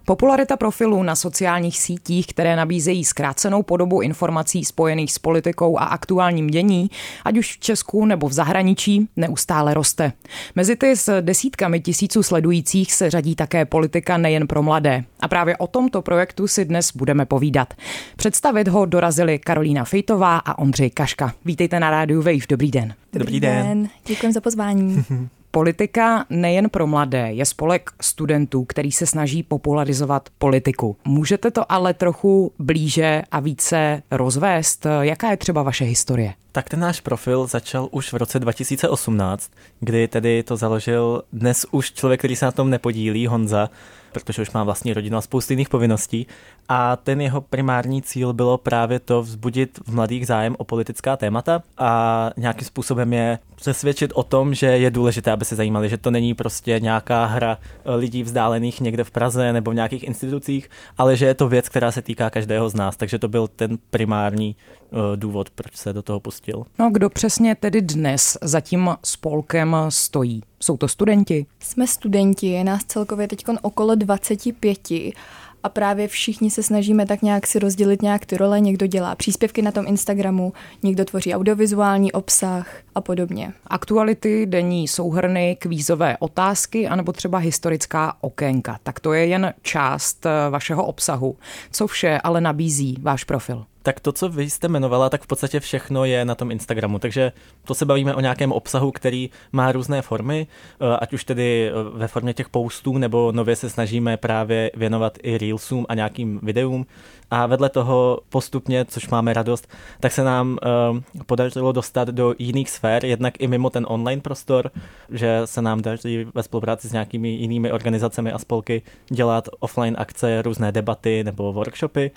Popularita profilů na sociálních sítích, které nabízejí zkrácenou podobu informací spojených s politikou a aktuálním dění, ať už v Česku nebo v zahraničí, neustále roste. Mezi ty s desítkami tisíců sledujících se řadí také politika nejen pro mladé. A právě o tomto projektu si dnes budeme povídat. Představit ho dorazili Karolína Fejtová a Ondřej Kaška. Vítejte na rádiu Wave. Dobrý den. Dobrý den. Děkujem za pozvání. Politika nejen pro mladé je spolek studentů, který se snaží popularizovat politiku. Můžete to ale trochu blíže a více rozvést? Jaká je třeba vaše historie? Tak ten náš profil začal už v roce 2018, kdy tedy to založil dnes už člověk, který se na tom nepodílí, Honza, protože už má vlastní rodinu a spoustu jiných povinností. A ten jeho primární cíl bylo právě to vzbudit v mladých zájem o politická témata a nějakým způsobem je přesvědčit o tom, že je důležité, aby se zajímali, že to není prostě nějaká hra lidí vzdálených někde v Praze nebo v nějakých institucích, ale že je to věc, která se týká každého z nás. Takže to byl ten primární důvod, proč se do toho pustil. No, kdo přesně tedy dnes za tím spolkem stojí? Jsou to studenti? Jsme studenti, je nás celkově teď okolo 25 a právě všichni se snažíme tak nějak si rozdělit nějak ty role. Někdo dělá příspěvky na tom Instagramu, někdo tvoří audiovizuální obsah a podobně. Aktuality, denní souhrny, kvízové otázky anebo třeba historická okénka. Tak to je jen část vašeho obsahu. Co vše ale nabízí váš profil? Tak to, co vy jste jmenovala, tak v podstatě všechno je na tom Instagramu, takže to se bavíme o nějakém obsahu, který má různé formy, ať už tedy ve formě těch postů, nebo nově se snažíme právě věnovat i reelsům a nějakým videům. A vedle toho postupně, což máme radost, tak se nám podařilo dostat do jiných sfér, jednak i mimo ten online prostor, že se nám daří ve spolupráci s nějakými jinými organizacemi a spolky dělat offline akce, různé debaty nebo workshopy.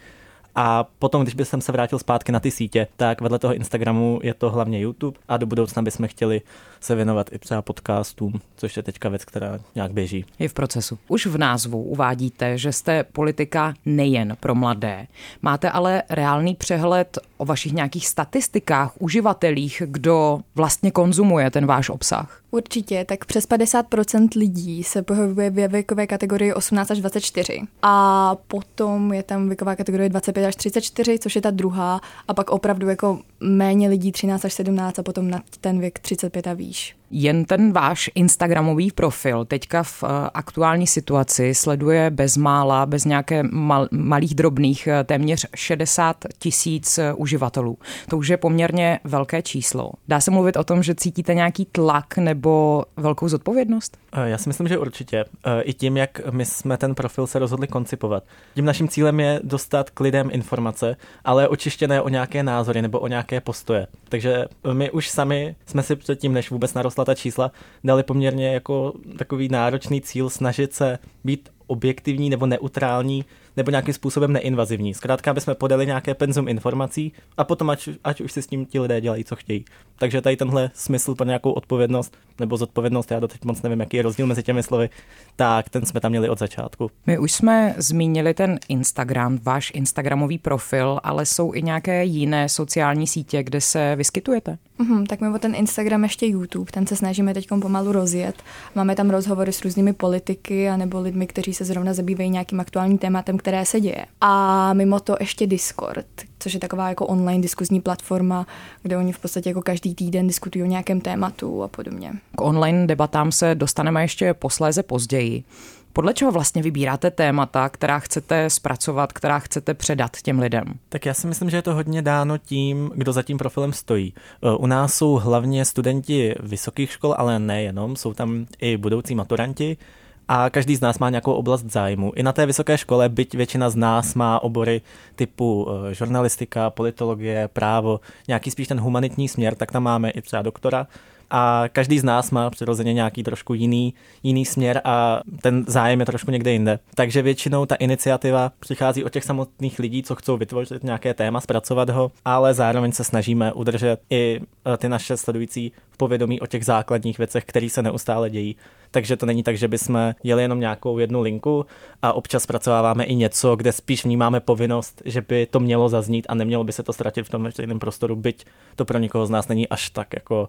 A potom, když bych se vrátil zpátky na ty sítě, tak vedle toho Instagramu je to hlavně YouTube a do budoucna bychom chtěli se věnovat i třeba podcastům, což je teďka věc, která nějak běží. Je v procesu. Už v názvu uvádíte, že jste politika nejen pro mladé. Máte ale reálný přehled o vašich nějakých statistikách, uživatelích, kdo vlastně konzumuje ten váš obsah? Určitě, tak přes 50% lidí se pohybuje ve věkové kategorii 18 až 24. A potom je tam věková kategorie 25 až 34, což je ta druhá. A pak opravdu jako méně lidí 13 až 17 a potom nad ten věk 35 a výš. Jen ten váš instagramový profil teďka v aktuální situaci sleduje bezmála, bez nějaké malých drobných, téměř 60 000 uživatelů. To už je poměrně velké číslo. Dá se mluvit o tom, že cítíte nějaký tlak nebo velkou zodpovědnost? Já si myslím, že určitě. I tím, jak my jsme ten profil se rozhodli koncipovat. Tím naším cílem je dostat k lidem informace, ale očištěné o nějaké názory nebo o nějaké postoje. Takže my už sami jsme si předtím, než vůbec narostla ta čísla, dali poměrně jako takový náročný cíl snažit se být objektivní nebo neutrální nebo nějakým způsobem neinvazivní. Zkrátka bychom podali nějaké penzum informací a potom ať už si s tím ti lidé dělají, co chtějí. Takže tady tenhle smysl pro nějakou odpovědnost nebo zodpovědnost, já doteď moc nevím, jaký je rozdíl mezi těmi slovy, tak ten jsme tam měli od začátku. My už jsme zmínili ten Instagram, váš instagramový profil, ale jsou i nějaké jiné sociální sítě, kde se vyskytujete? Tak mimo ten Instagram ještě YouTube, ten se snažíme teď pomalu rozjet. Máme tam rozhovory s různými politiky anebo lidmi, kteří se zrovna zabývají nějakým aktuálním tématem, které se děje. A mimo to ještě Discord, což je taková jako online diskuzní platforma, kde oni v podstatě jako každý týden diskutují o nějakém tématu a podobně. K online debatám se dostaneme ještě posléze později. Podle čeho vlastně vybíráte témata, která chcete zpracovat, která chcete předat těm lidem? Tak já si myslím, že je to hodně dáno tím, kdo za tím profilem stojí. U nás jsou hlavně studenti vysokých škol, ale nejenom, jsou tam i budoucí maturanti. A každý z nás má nějakou oblast zájmu. I na té vysoké škole, byť většina z nás má obory typu žurnalistika, politologie, právo, nějaký spíš ten humanitní směr, tak tam máme i třeba doktora. A každý z nás má přirozeně nějaký trošku jiný směr a ten zájem je trošku někde jinde. Takže většinou ta iniciativa přichází od těch samotných lidí, co chcou vytvořit nějaké téma, zpracovat ho, ale zároveň se snažíme udržet i ty naše sledující v povědomí o těch základních věcech, které se neustále dějí. Takže to není tak, že bychom jeli jenom nějakou jednu linku a občas zpracováváme i něco, kde spíš vnímáme povinnost, že by to mělo zaznít a nemělo by se to ztratit v tom veřejném prostoru, byť to pro nikoho z nás není až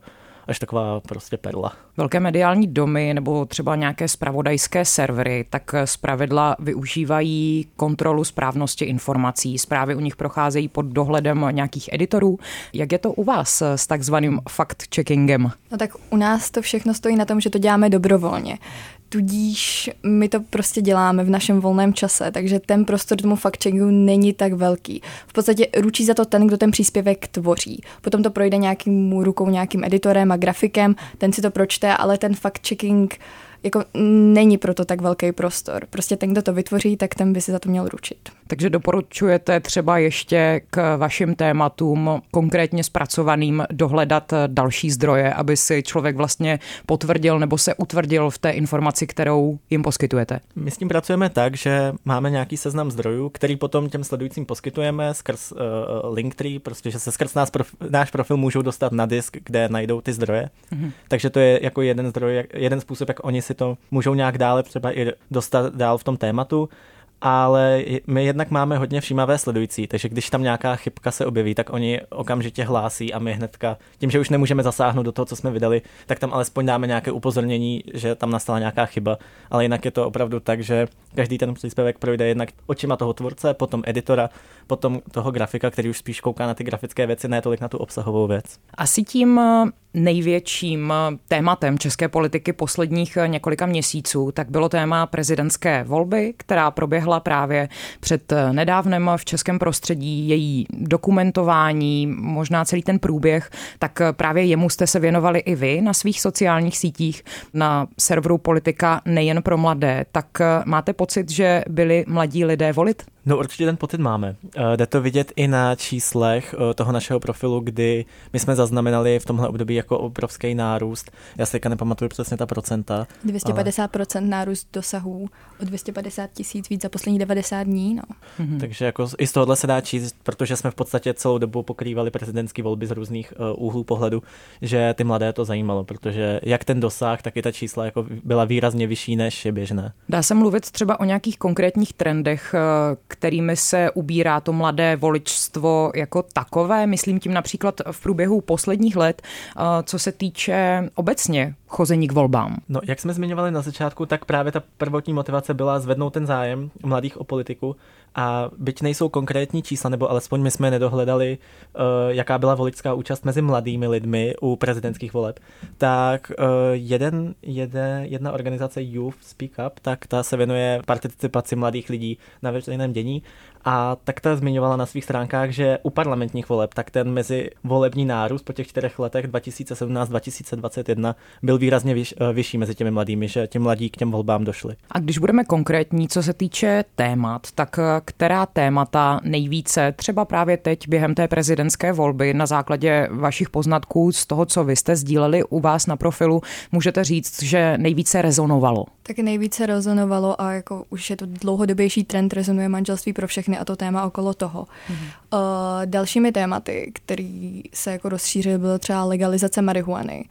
až taková prostě perla. Velké mediální domy nebo třeba nějaké zpravodajské servery tak zpravidla využívají kontrolu správnosti informací. Zprávy u nich procházejí pod dohledem nějakých editorů. Jak je to u vás s takzvaným fact-checkingem? No tak u nás to všechno stojí na tom, že to děláme dobrovolně. Tudíž my to prostě děláme v našem volném čase, takže ten prostor tomu fact-checkingu není tak velký. V podstatě ručí za to ten, kdo ten příspěvek tvoří. Potom to projde nějakým rukou, nějakým editorem a grafikem, ten si to pročte, ale ten fact-checking jako není proto tak velký prostor. Prostě ten, kdo to vytvoří, tak ten by si za to měl ručit. Takže doporučujete třeba ještě k vašim tématům konkrétně zpracovaným dohledat další zdroje, aby si člověk vlastně potvrdil nebo se utvrdil v té informaci, kterou jim poskytujete? My s tím pracujeme tak, že máme nějaký seznam zdrojů, který potom těm sledujícím poskytujeme skrz Linktree, prostě, že se skrz náš profil můžou dostat na disk, kde najdou ty zdroje. Takže to je jako jeden zdroj, jeden způsob, jak oni si to můžou nějak dále třeba i dostat dál v tom tématu, ale my jednak máme hodně všímavé sledující, takže když tam nějaká chybka se objeví, tak oni okamžitě hlásí a my hnedka, tím, že už nemůžeme zasáhnout do toho, co jsme vydali, tak tam alespoň dáme nějaké upozornění, že tam nastala nějaká chyba, ale jinak je to opravdu tak, že každý ten příspěvek projde jednak očima toho tvůrce, potom editora, potom toho grafika, který už spíš kouká na ty grafické věci, ne tolik na tu obsahovou věc. Asi tím největším tématem české politiky posledních několika měsíců tak bylo téma prezidentské volby, která proběhla právě před nedávnem v českém prostředí, její dokumentování, možná celý ten průběh, tak právě jemu jste se věnovali i vy na svých sociálních sítích, na serveru Politika nejen pro mladé. Tak máte pocit, že byli mladí lidé volit? No určitě ten pocit máme. Jde to vidět i na číslech toho našeho profilu, kdy my jsme zaznamenali v tomhle období jako obrovský nárůst. Já si teďka nepamatuju přesně ta procenta. 250% nárůst dosahů, o 250 000 víc za poslední 90 dní. No. Takže jako i z tohohle se dá číst, protože jsme v podstatě celou dobu pokrývali prezidentské volby z různých úhlů pohledu, že ty mladé to zajímalo, protože jak ten dosah, tak i ta čísla jako byla výrazně vyšší, než je běžné. Dá se mluvit třeba o nějakých konkrétních trendech, kterými se ubírá to mladé voličstvo jako takové, myslím tím například v průběhu posledních let, co se týče obecně chození k volbám. No, jak jsme zmiňovali na začátku, tak právě ta prvotní motivace byla zvednout ten zájem mladých o politiku a byť nejsou konkrétní čísla, nebo alespoň my jsme nedohledali, jaká byla voličská účast mezi mladými lidmi u prezidentských voleb, tak jedna organizace Youth Speak Up, tak ta se věnuje participaci mladých lidí na veřejném dění a tak ta zmiňovala na svých stránkách, že u parlamentních voleb, tak ten mezivolební nárůst po těch 4 letech 2017-2021 byl výrazně vyšší mezi těmi mladými, že ti mladí k těm volbám došli. A když budeme konkrétní, co se týče témat, tak která témata nejvíce, třeba právě teď během té prezidentské volby, na základě vašich poznatků z toho, co vy jste sdíleli u vás na profilu, můžete říct, že nejvíce rezonovalo? Tak nejvíce rezonovalo a jako už je to dlouhodobější trend, rezonuje manželství pro všechny a to téma okolo toho. Dalšími tématy, který se jako rozšířil, bylo třeba legalizace marihuany.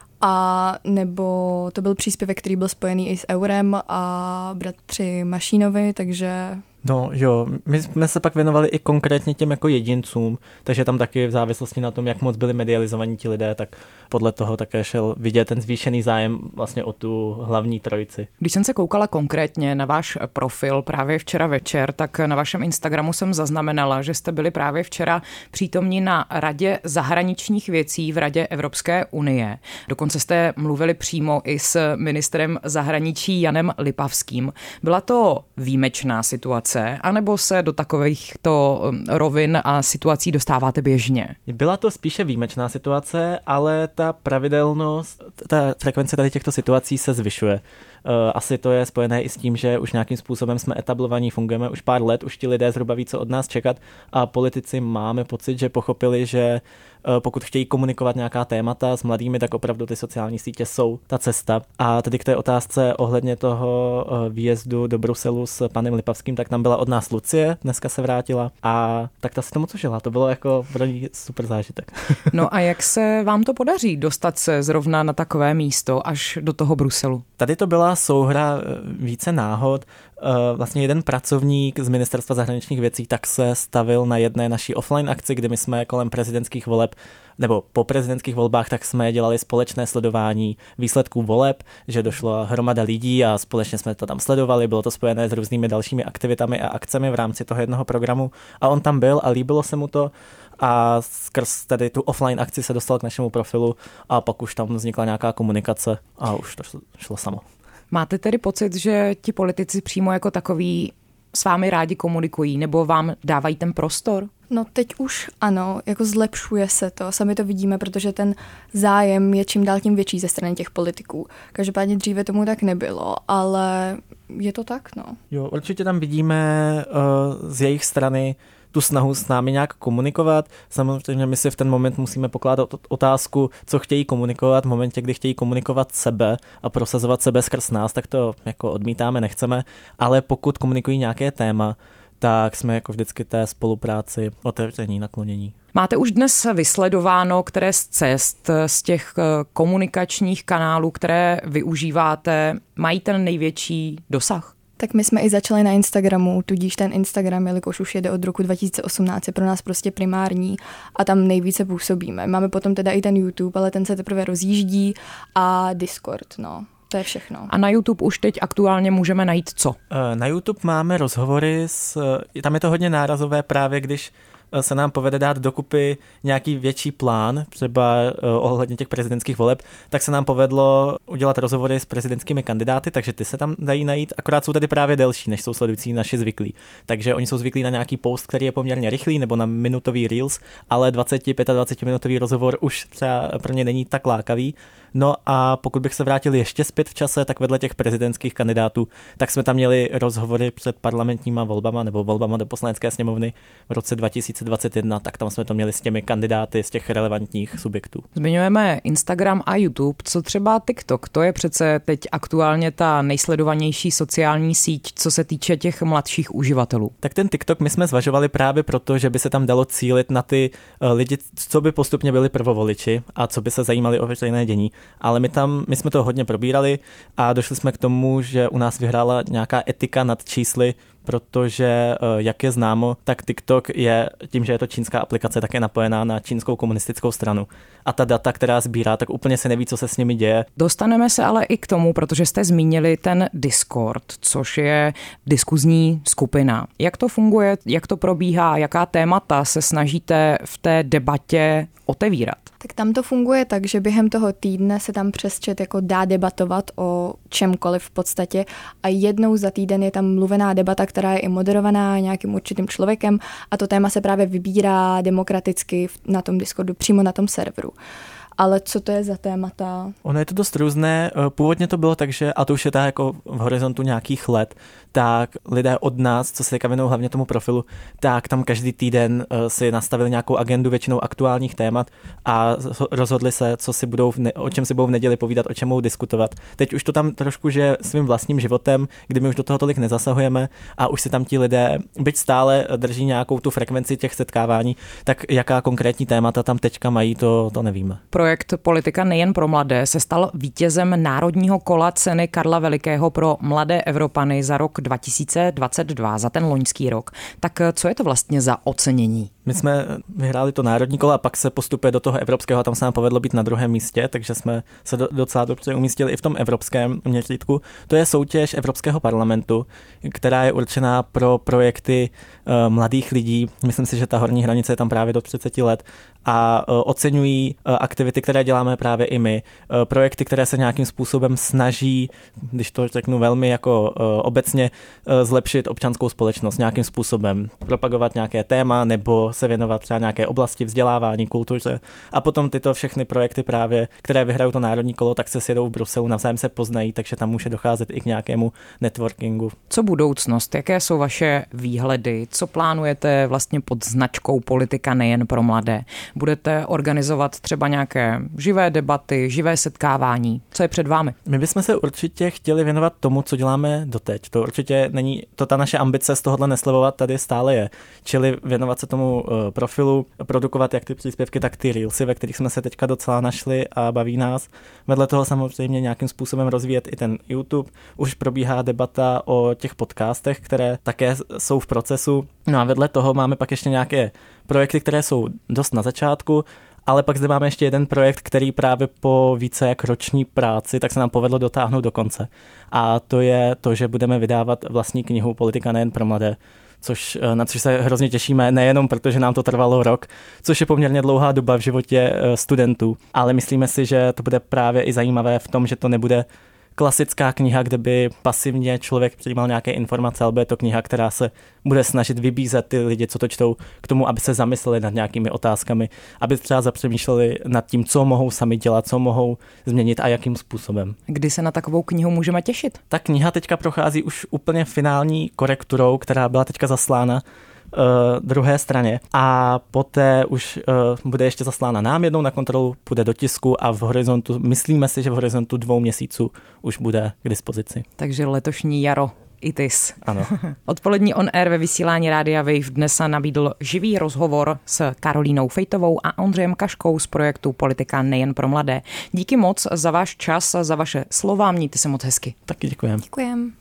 A nebo to byl příspěvek, který byl spojený i s eurem a bratři Mašínovi, takže... No jo, my jsme se pak věnovali i konkrétně těm jako jedincům, takže tam taky v závislosti na tom, jak moc byli medializovaní ti lidé, tak podle toho také šel vidět ten zvýšený zájem vlastně o tu hlavní trojici. Když jsem se koukala konkrétně na váš profil právě včera večer, tak na vašem Instagramu jsem zaznamenala, že jste byli právě včera přítomní na Radě zahraničních věcí v Radě Evropské unie. Dokonce jste mluvili přímo i s ministrem zahraničí Janem Lipavským. Byla to výjimečná situace, anebo se do takovýchto rovin a situací dostáváte běžně? Byla to spíše výjimečná situace, ale ta pravidelnost, ta frekvence tady těchto situací se zvyšuje. Asi to je spojené i s tím, že už nějakým způsobem jsme etablovaní, fungujeme už pár let, už ti lidé zhruba ví, co od nás čekat a politici máme pocit, že pochopili, že pokud chtějí komunikovat nějaká témata s mladými, tak opravdu ty sociální sítě jsou ta cesta. A tady k té otázce ohledně toho výjezdu do Bruselu s panem Lipavským, tak tam byla od nás Lucie, dneska se vrátila a tak ta si to moc užila. To bylo jako pro ní super zážitek. No a jak se vám to podaří dostat se zrovna na takové místo až do toho Bruselu? Tady to byla taková souhra více náhod. Vlastně jeden pracovník z Ministerstva zahraničních věcí tak se stavil na jedné naší offline akci, kdy my jsme kolem prezidentských voleb nebo po prezidentských volbách, tak jsme dělali společné sledování výsledků voleb, že došlo hromada lidí a společně jsme to tam sledovali, bylo to spojené s různými dalšími aktivitami a akcemi v rámci toho jednoho programu a on tam byl a líbilo se mu to a skrz tady tu offline akci se dostal k našemu profilu a pak už tam vznikla nějaká komunikace a už to šlo samo. Máte tedy pocit, že ti politici přímo jako takový s vámi rádi komunikují nebo vám dávají ten prostor? No teď už ano, jako zlepšuje se to, sami to vidíme, protože ten zájem je čím dál tím větší ze strany těch politiků. Každopádně dříve tomu tak nebylo, ale je to tak, no. Jo, určitě tam vidíme z jejich strany tu snahu s námi nějak komunikovat. Samozřejmě my si v ten moment musíme pokládat otázku, co chtějí komunikovat. V momentě, kdy chtějí komunikovat sebe a prosazovat sebe skrz nás, tak to jako odmítáme, nechceme. Ale pokud komunikují nějaké téma, tak jsme jako vždycky té spolupráci otevření, naklonění. Máte už dnes vysledováno, které z cest z těch komunikačních kanálů, které využíváte, mají ten největší dosah? Tak my jsme i začali na Instagramu, tudíž ten Instagram, jelikož už jede od roku 2018, je pro nás prostě primární a tam nejvíce působíme. Máme potom teda i ten YouTube, ale ten se teprve rozjíždí a Discord, no. To je všechno. A na YouTube už teď aktuálně můžeme najít co? Na YouTube máme rozhovory, tam je to hodně nárazové právě, když se nám povede dát dokupy nějaký větší plán, třeba ohledně těch prezidentských voleb, tak se nám povedlo udělat rozhovory s prezidentskými kandidáty, takže ty se tam dají najít, akorát jsou tady právě delší, než jsou sledující naši zvyklí. Takže oni jsou zvyklí na nějaký post, který je poměrně rychlý, nebo na minutový reels, ale 20-25 minutový rozhovor už třeba pro ně není tak lákavý. No a pokud bych se vrátil ještě zpět v čase, tak vedle těch prezidentských kandidátů, tak jsme tam měli rozhovory před parlamentníma volbama nebo volbama do poslanecké sněmovny v roce 2021, tak tam jsme to měli s těmi kandidáty z těch relevantních subjektů. Zmiňujeme Instagram a YouTube, co třeba TikTok, to je přece teď aktuálně ta nejsledovanější sociální síť, co se týče těch mladších uživatelů. Tak ten TikTok my jsme zvažovali právě proto, že by se tam dalo cílit na ty lidi, co by postupně byli prvovoliči a co by se zajímali o veřejné dění. Ale my jsme to hodně probírali a došli jsme k tomu, že u nás vyhrála nějaká etika nad čísly, protože, jak je známo, tak TikTok je, tím, že je to čínská aplikace, tak je napojená na čínskou komunistickou stranu. A ta data, která sbírá, tak úplně se neví, co se s nimi děje. Dostaneme se ale i k tomu, protože jste zmínili ten Discord, což je diskuzní skupina. Jak to funguje, jak to probíhá, jaká témata se snažíte v té debatě otevírat? Tak tam to funguje tak, že během toho týdne se tam přes chat jako dá debatovat o čemkoliv v podstatě a jednou za týden je tam mluvená debata, která je i moderovaná nějakým určitým člověkem a to téma se právě vybírá demokraticky na tom Discordu, přímo na tom serveru. Ale co to je za témata? Ono je to dost různé. Původně to bylo tak, že, a to už je tak jako v horizontu nějakých let, tak lidé od nás, co se teďka věnují hlavně tomu profilu, tak tam každý týden si nastavili nějakou agendu většinou aktuálních témat a rozhodli se, o čem si budou v neděli povídat, o čem budou diskutovat. Teď už to tam trošku, že svým vlastním životem, kdy my už do toho tolik nezasahujeme a už si tam ti lidé, byť stále drží nějakou tu frekvenci těch setkávání, tak jaká konkrétní témata tam teďka mají, to nevíme. Projekt Politika nejen pro mladé se stal vítězem národního kola ceny Karla Velikého pro mladé Evropany za rok 2022, za ten loňský rok. Tak co je to vlastně za ocenění? My jsme vyhráli to národní kolo a pak se postupuje do toho evropského a tam se nám povedlo být na druhém místě, takže jsme se docela dobře umístili i v tom evropském měřítku. To je soutěž Evropského parlamentu, která je určená pro projekty mladých lidí. Myslím si, že ta horní hranice je tam právě do 30 let a oceňují aktivity, které děláme právě i my. Projekty, které se nějakým způsobem snaží, když to řeknu velmi jako obecně, zlepšit občanskou společnost nějakým způsobem, propagovat nějaké téma nebo se věnovat třeba nějaké oblasti vzdělávání, kultuře. A potom tyto všechny projekty právě, které vyhrajou to národní kolo, tak se sjedou v Bruselu, navzájem se poznají, takže tam může docházet i k nějakému networkingu. Co budoucnost? Jaké jsou vaše výhledy? Co plánujete vlastně pod značkou Politika nejen pro mladé? Budete organizovat třeba nějaké živé debaty, živé setkávání? Co je před vámi? My bychom se určitě chtěli věnovat tomu, co děláme doteď. To určitě není, to ta naše ambice z tohohle neslevovat tady stále je. Čili věnovat se tomu profilu, produkovat jak ty příspěvky, tak ty reelsy, ve kterých jsme se teďka docela našli a baví nás. Vedle toho samozřejmě nějakým způsobem rozvíjet i ten YouTube. Už probíhá debata o těch podcastech, které také jsou v procesu. No a vedle toho máme pak ještě nějaké projekty, které jsou dost na začátku, ale pak zde máme ještě jeden projekt, který právě po více jak roční práci, tak se nám povedlo dotáhnout do konce. A to je to, že budeme vydávat vlastní knihu Politika nejen pro mladé, na což se hrozně těšíme, nejenom protože nám to trvalo rok, což je poměrně dlouhá doba v životě studentů, ale myslíme si, že to bude právě i zajímavé v tom, že to nebude klasická kniha, kde by pasivně člověk přijímal nějaké informace, ale bude to kniha, která se bude snažit vybízet ty lidi, co to čtou, k tomu, aby se zamysleli nad nějakými otázkami, aby třeba zapřemýšleli nad tím, co mohou sami dělat, co mohou změnit a jakým způsobem. Kdy se na takovou knihu můžeme těšit? Ta kniha teďka prochází už úplně finální korekturou, která byla teďka zaslána druhé straně a poté už bude ještě zaslána nám jednou na kontrolu, půjde do tisku a v horizontu, myslíme si, že v horizontu 2 měsíců už bude k dispozici. Takže letošní jaro. ITIS. Ano. Odpolední on air ve vysílání Rádia Wave dnes nabídl živý rozhovor s Karolínou Fejtovou a Ondřejem Kaškou z projektu Politika nejen pro mladé. Díky moc za váš čas, za vaše slova, mějte se moc hezky. Taky děkujem. Děkujem.